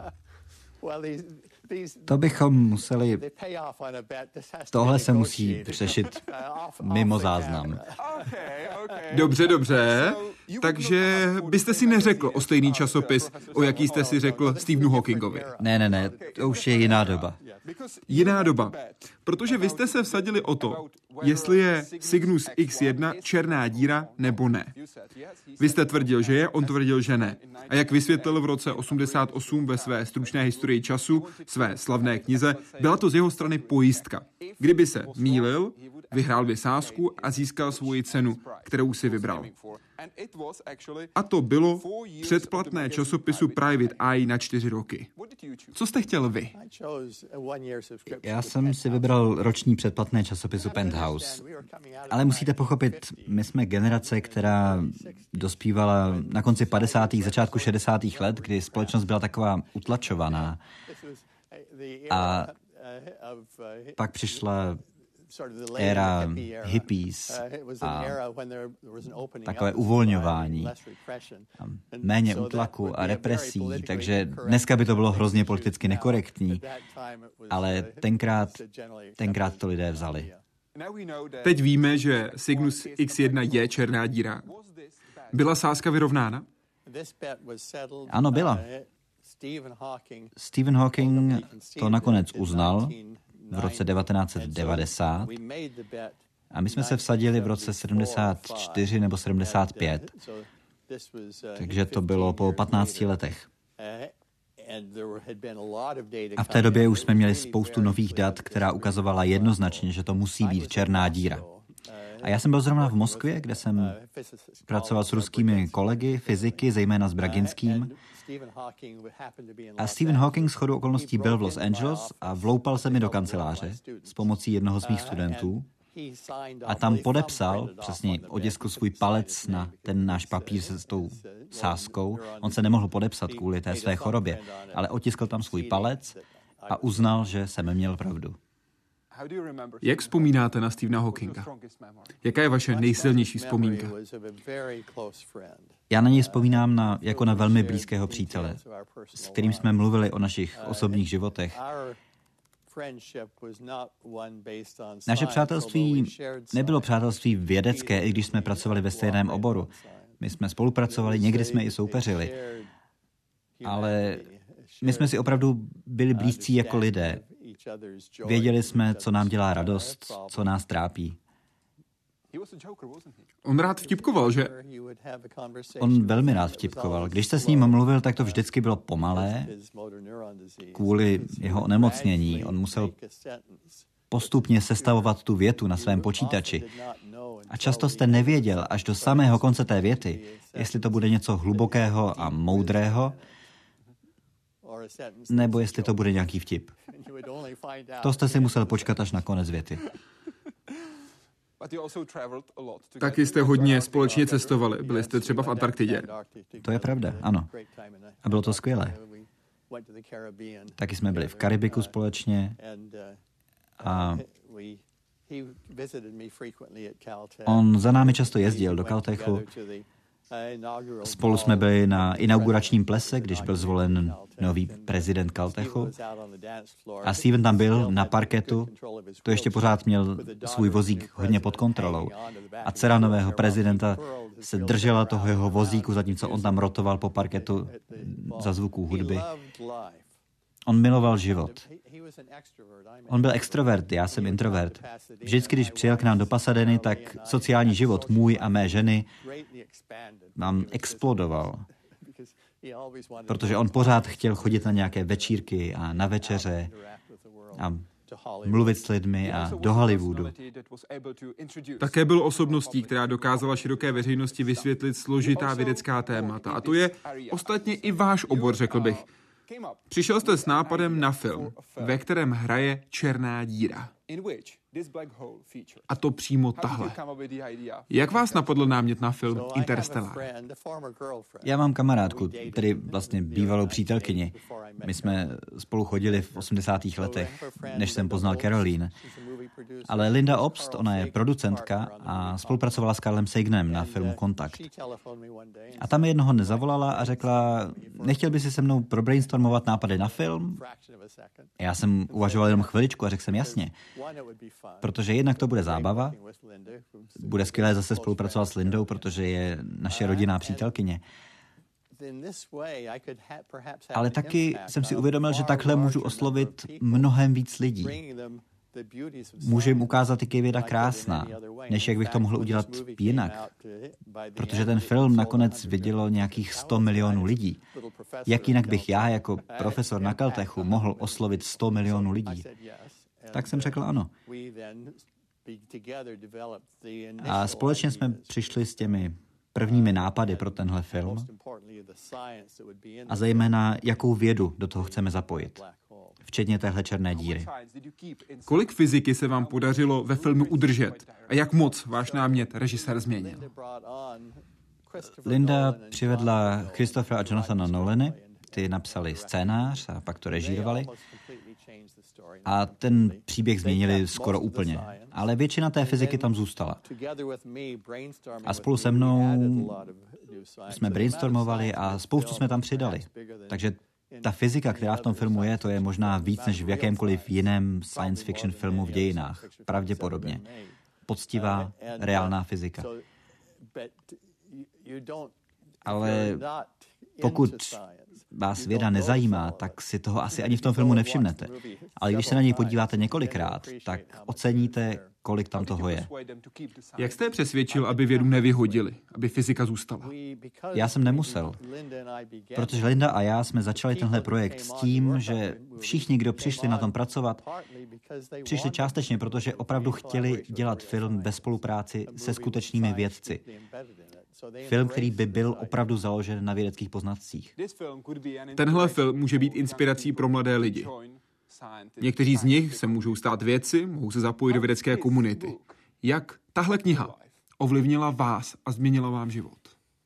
To bychom museli... Tohle se musí řešit mimo záznam. Dobře, dobře. Takže byste si neřekl o stejný časopis, o jaký jste si řekl Stephenu Hawkingovi. Ne, ne, ne, to už je jiná doba. Jiná doba. Protože vy jste se vsadili o to, jestli je Cygnus X jedna černá díra nebo ne. Vy jste tvrdil, že je, on tvrdil, že ne. A jak vysvětlil v roce osmdesát osm ve své stručné historii času, své slavné knize, byla to z jeho strany pojistka. Kdyby se mýlil, vyhrál by sázku a získal svoji cenu, kterou si vybral. A to bylo předplatné časopisu Private Eye na čtyři roky. Co jste chtěl vy? Já jsem si vybral roční předplatné časopisu Penthouse. Ale musíte pochopit, my jsme generace, která dospívala na konci padesátých, začátku šedesátých let, kdy společnost byla taková utlačovaná. A pak přišla éra hippies a takové uvolňování, a méně útlaku a represí, takže dneska by to bylo hrozně politicky nekorektní, ale tenkrát, tenkrát to lidé vzali. Teď víme, že Cygnus X jedna je černá díra. Byla sázka vyrovnána? Ano, byla. Stephen Hawking to nakonec uznal v roce devatenáct set devadesát a my jsme se vsadili v roce sedmdesát čtyři nebo sedmdesát pět, takže to bylo po patnácti letech. A v té době už jsme měli spoustu nových dat, která ukazovala jednoznačně, že to musí být černá díra. A já jsem byl zrovna v Moskvě, kde jsem pracoval s ruskými kolegy, fyziky, zejména s Braginským. A Stephen Hawking shodou okolností byl v Los Angeles a vloupal se mi do kanceláře s pomocí jednoho z mých studentů a tam podepsal, přesně otiskl svůj palec na ten náš papír se s tou sázkou. On se nemohl podepsat kvůli té své chorobě, ale otiskl tam svůj palec a uznal, že jsem měl pravdu. Jak vzpomínáte na Stephena Hawkinga? Jaká je vaše nejsilnější vzpomínka? Já na něj vzpomínám na, jako na velmi blízkého přítele, s kterým jsme mluvili o našich osobních životech. Naše přátelství nebylo přátelství vědecké, i když jsme pracovali ve stejném oboru. My jsme spolupracovali, někdy jsme i soupeřili. Ale my jsme si opravdu byli blízcí jako lidé. Věděli jsme, co nám dělá radost, co nás trápí. On rád vtipkoval, že? On velmi rád vtipkoval. Když se s ním mluvil, tak to vždycky bylo pomalé. Kvůli jeho onemocnění on musel postupně sestavovat tu větu na svém počítači. A často jste nevěděl až do samého konce té věty, jestli to bude něco hlubokého a moudrého, nebo jestli to bude nějaký vtip. To jste si musel počkat až na konec věty. Taky jste hodně společně cestovali. Byli jste třeba v Antarktidě. To je pravda, ano. A bylo to skvělé. Taky jsme byli v Karibiku společně a on za námi často jezdil do Caltechu. Spolu jsme byli na inauguračním plese, když byl zvolen nový prezident Caltechu. A Steven tam byl na parketu, to ještě pořád měl svůj vozík hodně pod kontrolou. A dcera nového prezidenta se držela toho jeho vozíku, zatímco on tam rotoval po parketu za zvuků hudby. On miloval život. On byl extrovert, já jsem introvert. Vždycky, když přijel k nám do Pasadeny, tak sociální život můj a mé ženy nám explodoval. Protože on pořád chtěl chodit na nějaké večírky a na večeře a mluvit s lidmi a do Hollywoodu. Také byl osobností, která dokázala široké veřejnosti vysvětlit složitá vědecká témata. A to je ostatně i váš obor, řekl bych. Přišel jste s nápadem na film, ve kterém hraje černá díra. A to přímo tahle. Jak vás napadl námět na film Interstellar? Já mám kamarádku, tedy vlastně bývalou přítelkyni. My jsme spolu chodili v osmdesátých letech, než jsem poznal Caroline. Ale Linda Obst, ona je producentka a spolupracovala s Carlem Saгаnem na filmu Kontakt. A tam mi jednoho nezavolala a řekla, nechtěl by si se mnou probrainstormovat nápady na film? Já jsem uvažoval jenom chviličku a řekl jsem jasně. Protože jednak to bude zábava, bude skvělé zase spolupracovat s Lindou, protože je naše rodinná přítelkyně. Ale taky jsem si uvědomil, že takhle můžu oslovit mnohem víc lidí. Můžu jim ukázat, jak je věda krásná, než jak bych to mohl udělat jinak. Protože ten film nakonec vidělo nějakých sto milionů lidí. Jak jinak bych já jako profesor na Caltechu mohl oslovit sto milionů lidí? Tak jsem řekl ano. A společně jsme přišli s těmi prvními nápady pro tenhle film a zejména jakou vědu do toho chceme zapojit, včetně téhle černé díry. Kolik fyziky se vám podařilo ve filmu udržet a jak moc váš námět režisér změnil? Linda přivedla Christophera a Jonathana Nolany, ty napsali scénář a pak to režírovali. A ten příběh změnili skoro úplně. Ale většina té fyziky tam zůstala. A spolu se mnou jsme brainstormovali a spoustu jsme tam přidali. Takže ta fyzika, která v tom filmu je, to je možná víc než v jakémkoliv jiném science fiction filmu v dějinách. Pravděpodobně. Poctivá, reálná fyzika. Ale pokud vás věda nezajímá, tak si toho asi ani v tom filmu nevšimnete. Ale když se na něj podíváte několikrát, tak oceníte, kolik tam toho je. Jak jste je přesvědčil, aby vědu nevyhodili, aby fyzika zůstala? Já jsem nemusel, protože Linda a já jsme začali tenhle projekt s tím, že všichni, kdo přišli na tom pracovat, přišli částečně, protože opravdu chtěli dělat film ve spolupráci se skutečnými vědci. Film, který by byl opravdu založen na vědeckých poznatcích. Tenhle film může být inspirací pro mladé lidi. Někteří z nich se můžou stát vědci, mohou se zapojit do vědecké komunity. Jak tahle kniha ovlivnila vás a změnila vám život?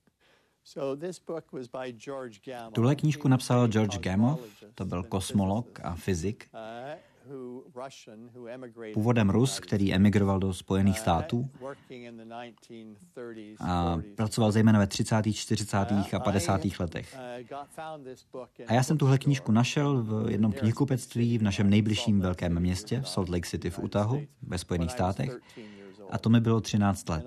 Tuhle knížku napsal George Gamow, to byl kosmolog a fyzik, původem Rus, který emigroval do Spojených států a pracoval zejména ve třicátých, čtyřicátých a padesátých letech. A já jsem tuhle knížku našel v jednom knihkupectví v našem nejbližším velkém městě, v Salt Lake City v Utahu, ve Spojených státech. A to mi bylo třináct let.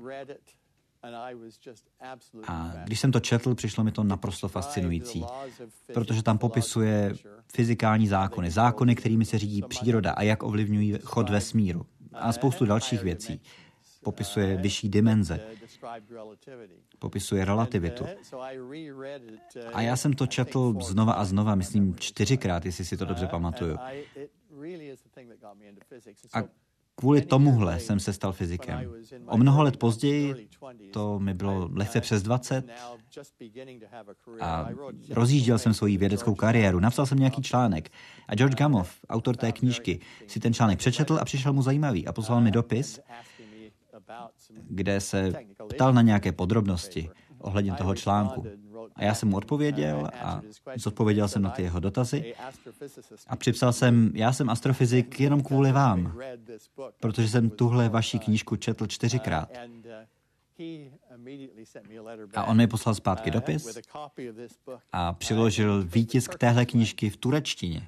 A když jsem to četl, přišlo mi to naprosto fascinující, protože tam popisuje fyzikální zákony, zákony, kterými se řídí příroda a jak ovlivňují chod vesmíru a spoustu dalších věcí. Popisuje vyšší dimenze, popisuje relativitu. A já jsem to četl znova a znova, myslím čtyřikrát, jestli si to dobře pamatuju. A kvůli tomuhle jsem se stal fyzikem. O mnoho let později, to mi bylo lehce přes dvacet, a rozjížděl jsem svoji vědeckou kariéru, napsal jsem nějaký článek a George Gamow, autor té knížky, si ten článek přečetl a přišel mu zajímavý a poslal mi dopis, kde se ptal na nějaké podrobnosti ohledně toho článku. A já jsem mu odpověděl a zodpověděl jsem na ty jeho dotazy a připsal jsem, já jsem astrofyzik jenom kvůli vám, protože jsem tuhle vaši knížku četl čtyřikrát. A on mi poslal zpátky dopis a přiložil výtisk téhle knížky v turečtině.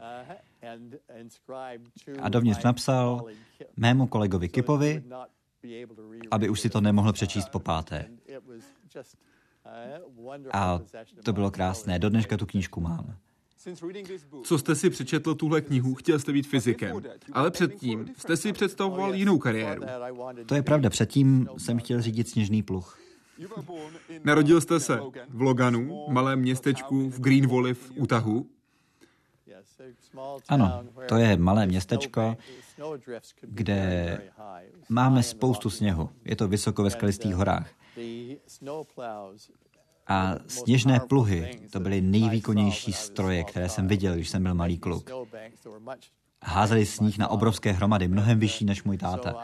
A dovnitř napsal mému kolegovi Kipovi, aby už si to nemohl přečíst po páté. A to bylo krásné. Do dneška tu knížku mám. Co jste si přečetl tuhle knihu, chtěl jste být fyzikem, ale předtím jste si představoval jinou kariéru. To je pravda, předtím jsem chtěl řídit sněžný pluh. Narodil jste se v Loganu, malém městečku v Green Valley v Utahu. Ano, to je malé městečko, kde máme spoustu sněhu. Je to vysoko ve skalistých horách. A sněžné pluhy, to byly nejvýkonnější stroje, které jsem viděl, když jsem byl malý kluk. Házeli sníh na obrovské hromady, mnohem vyšší než můj táta.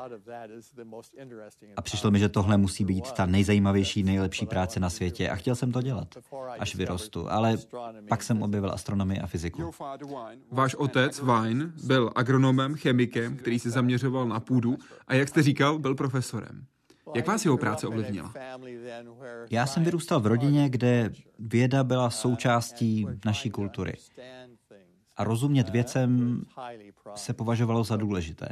A přišlo mi, že tohle musí být ta nejzajímavější, nejlepší práce na světě a chtěl jsem to dělat, až vyrostu. Ale pak jsem objevil astronomii a fyziku. Váš otec, Vine, byl agronomem, chemikem, který se zaměřoval na půdu a jak jste říkal, byl profesorem. Jak vás jeho práce ovlivnila? Já jsem vyrůstal v rodině, kde věda byla součástí naší kultury. A rozumět věcem se považovalo za důležité.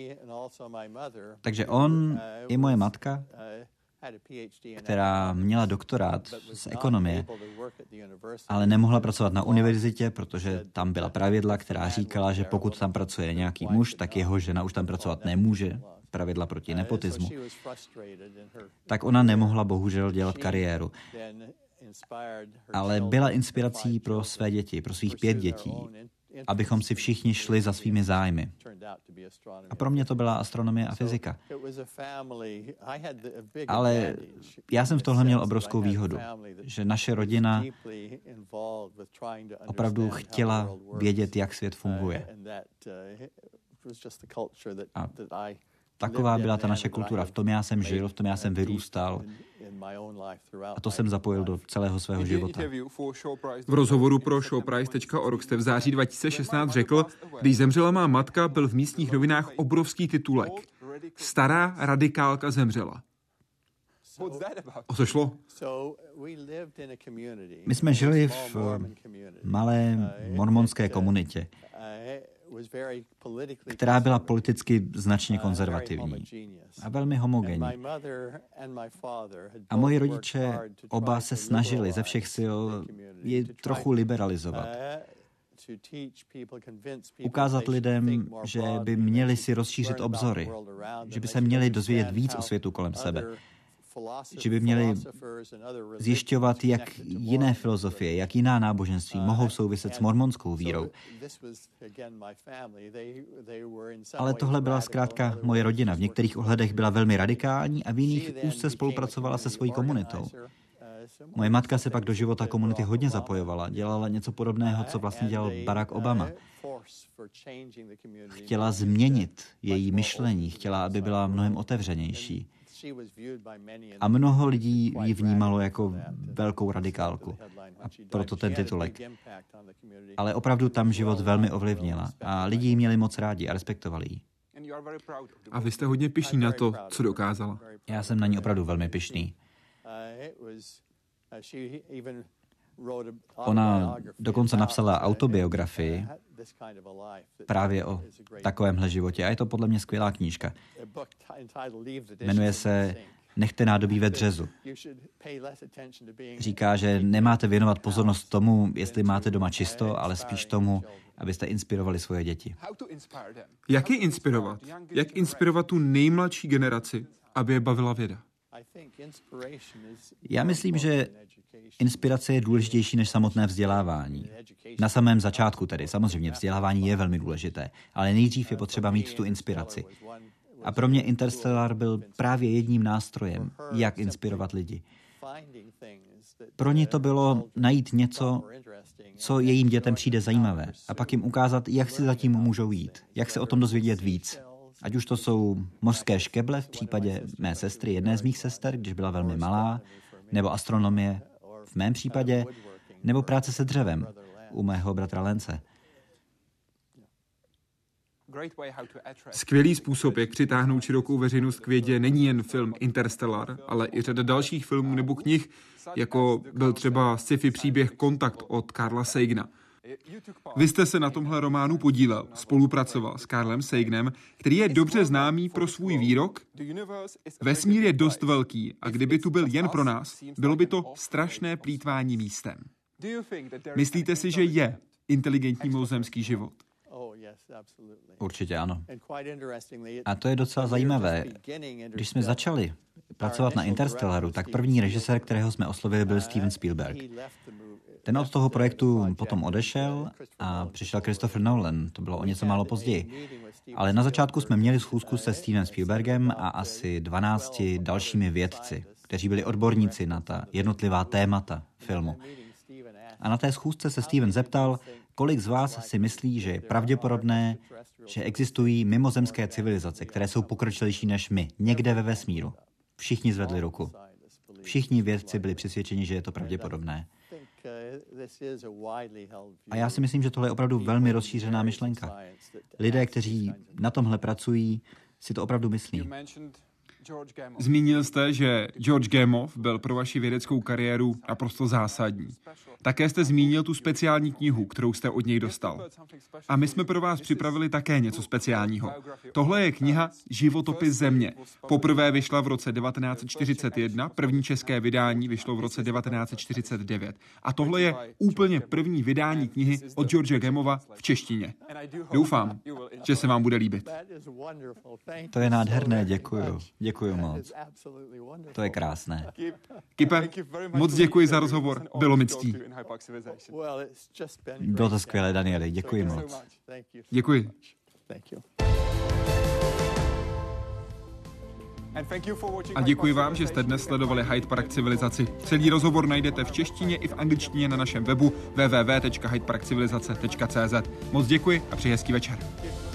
Takže on i moje matka, která měla doktorát z ekonomie, ale nemohla pracovat na univerzitě, protože tam byla pravidla, která říkala, že pokud tam pracuje nějaký muž, tak jeho žena už tam pracovat nemůže. Pravidla proti nepotismu. Tak ona nemohla bohužel dělat kariéru. Ale byla inspirací pro své děti, pro svých pět dětí, abychom si všichni šli za svými zájmy. A pro mě to byla astronomie a fyzika. Ale já jsem v tohle měl obrovskou výhodu, že naše rodina opravdu chtěla vědět, jak svět funguje. A taková byla ta naše kultura. V tom já jsem žil, v tom já jsem vyrůstal a to jsem zapojil do celého svého života. V rozhovoru pro showprice tečka org jste v září dva tisíce šestnáct řekl, když zemřela má matka, byl v místních novinách obrovský titulek. Stará radikálka zemřela. O co šlo? My jsme žili v malé mormonské komunitě, která byla politicky značně konzervativní a velmi homogenní. A moji rodiče oba se snažili ze všech sil ji trochu liberalizovat. Ukázat lidem, že by měli si rozšířit obzory, že by se měli dozvědět víc o světu kolem sebe, že by měli zjišťovat, jak jiné filozofie, jak jiná náboženství mohou souviset s mormonskou vírou. Ale tohle byla zkrátka moje rodina. V některých ohledech byla velmi radikální a v jiných úzce spolupracovala se svojí komunitou. Moje matka se pak do života komunity hodně zapojovala, dělala něco podobného, co vlastně dělal Barack Obama. Chtěla změnit její myšlení, chtěla, aby byla mnohem otevřenější. A mnoho lidí ji vnímalo jako velkou radikálku. A proto ten titulek. Ale opravdu tam život velmi ovlivnila. A lidi ji měli moc rádi a respektovali ji. A vy jste hodně pyšný na to, co dokázala. Já jsem na ní opravdu velmi pyšný. Ona dokonce napsala autobiografii právě o takovémhle životě a je to podle mě skvělá knížka. Jmenuje se Nechte nádobí ve dřezu. Říká, že nemáte věnovat pozornost tomu, jestli máte doma čisto, ale spíš tomu, abyste inspirovali svoje děti. Jak je inspirovat? Jak inspirovat tu nejmladší generaci, aby je bavila věda? Já myslím, že inspirace je důležitější než samotné vzdělávání. Na samém začátku tedy, samozřejmě vzdělávání je velmi důležité, ale nejdřív je potřeba mít tu inspiraci. A pro mě Interstellar byl právě jedním nástrojem, jak inspirovat lidi. Pro ní to bylo najít něco, co jejím dětem přijde zajímavé, a pak jim ukázat, jak si zatím můžou jít, jak se o tom dozvědět víc. Ať už to jsou mořské škeble v případě mé sestry, jedné z mých sester, když byla velmi malá, nebo astronomie v mém případě, nebo práce se dřevem u mého bratra Lence. Skvělý způsob, jak přitáhnout širokou veřejnost k vědě, není jen film Interstellar, ale i řada dalších filmů nebo knih, jako byl třeba sci-fi příběh Kontakt od Carla Sagana. Vy jste se na tomhle románu podílel, spolupracoval s Carlem Saganem, který je dobře známý pro svůj výrok: vesmír je dost velký a kdyby tu byl jen pro nás, bylo by to strašné plýtvání místem. Myslíte si, že je inteligentní mimozemský život? Určitě ano. A to je docela zajímavé. Když jsme začali pracovat na Interstellaru, tak první režisér, kterého jsme oslovili, byl Steven Spielberg. Ten od toho projektu potom odešel a přišel Christopher Nolan. To bylo o něco málo později. Ale na začátku jsme měli schůzku se Stevenem Spielbergem a asi dvanácti dalšími vědci, kteří byli odborníci na ta jednotlivá témata filmu. A na té schůzce se Steven zeptal, kolik z vás si myslí, že je pravděpodobné, že existují mimozemské civilizace, které jsou pokročilejší než my, někde ve vesmíru. Všichni zvedli ruku. Všichni vědci byli přesvědčeni, že je to pravděpodobné. A já si myslím, že tohle je opravdu velmi rozšířená myšlenka. Lidé, kteří na tomhle pracují, si to opravdu myslí. Zmínil jste, že George Gamow byl pro vaši vědeckou kariéru naprosto zásadní. Také jste zmínil tu speciální knihu, kterou jste od něj dostal. A my jsme pro vás připravili také něco speciálního. Tohle je kniha Životopis Země. Poprvé vyšla v roce devatenáct set čtyřicet jedna, první české vydání vyšlo v roce devatenáct set čtyřicet devět. A tohle je úplně první vydání knihy od George Gamowa v češtině. Doufám, že se vám bude líbit. To je nádherné, děkuju. Děkuju moc. To je krásné. Kipe, moc děkuji za rozhovor. Bylo mi ctí. Bylo to skvělé, Danieli. Děkuji moc. Děkuji. A děkuji vám, že jste dnes sledovali Hyde Park civilizaci. Celý rozhovor najdete v češtině i v angličtině na našem webu w w w tečka hyde park civilizace tečka c z. Moc děkuji a přeji hezký večer.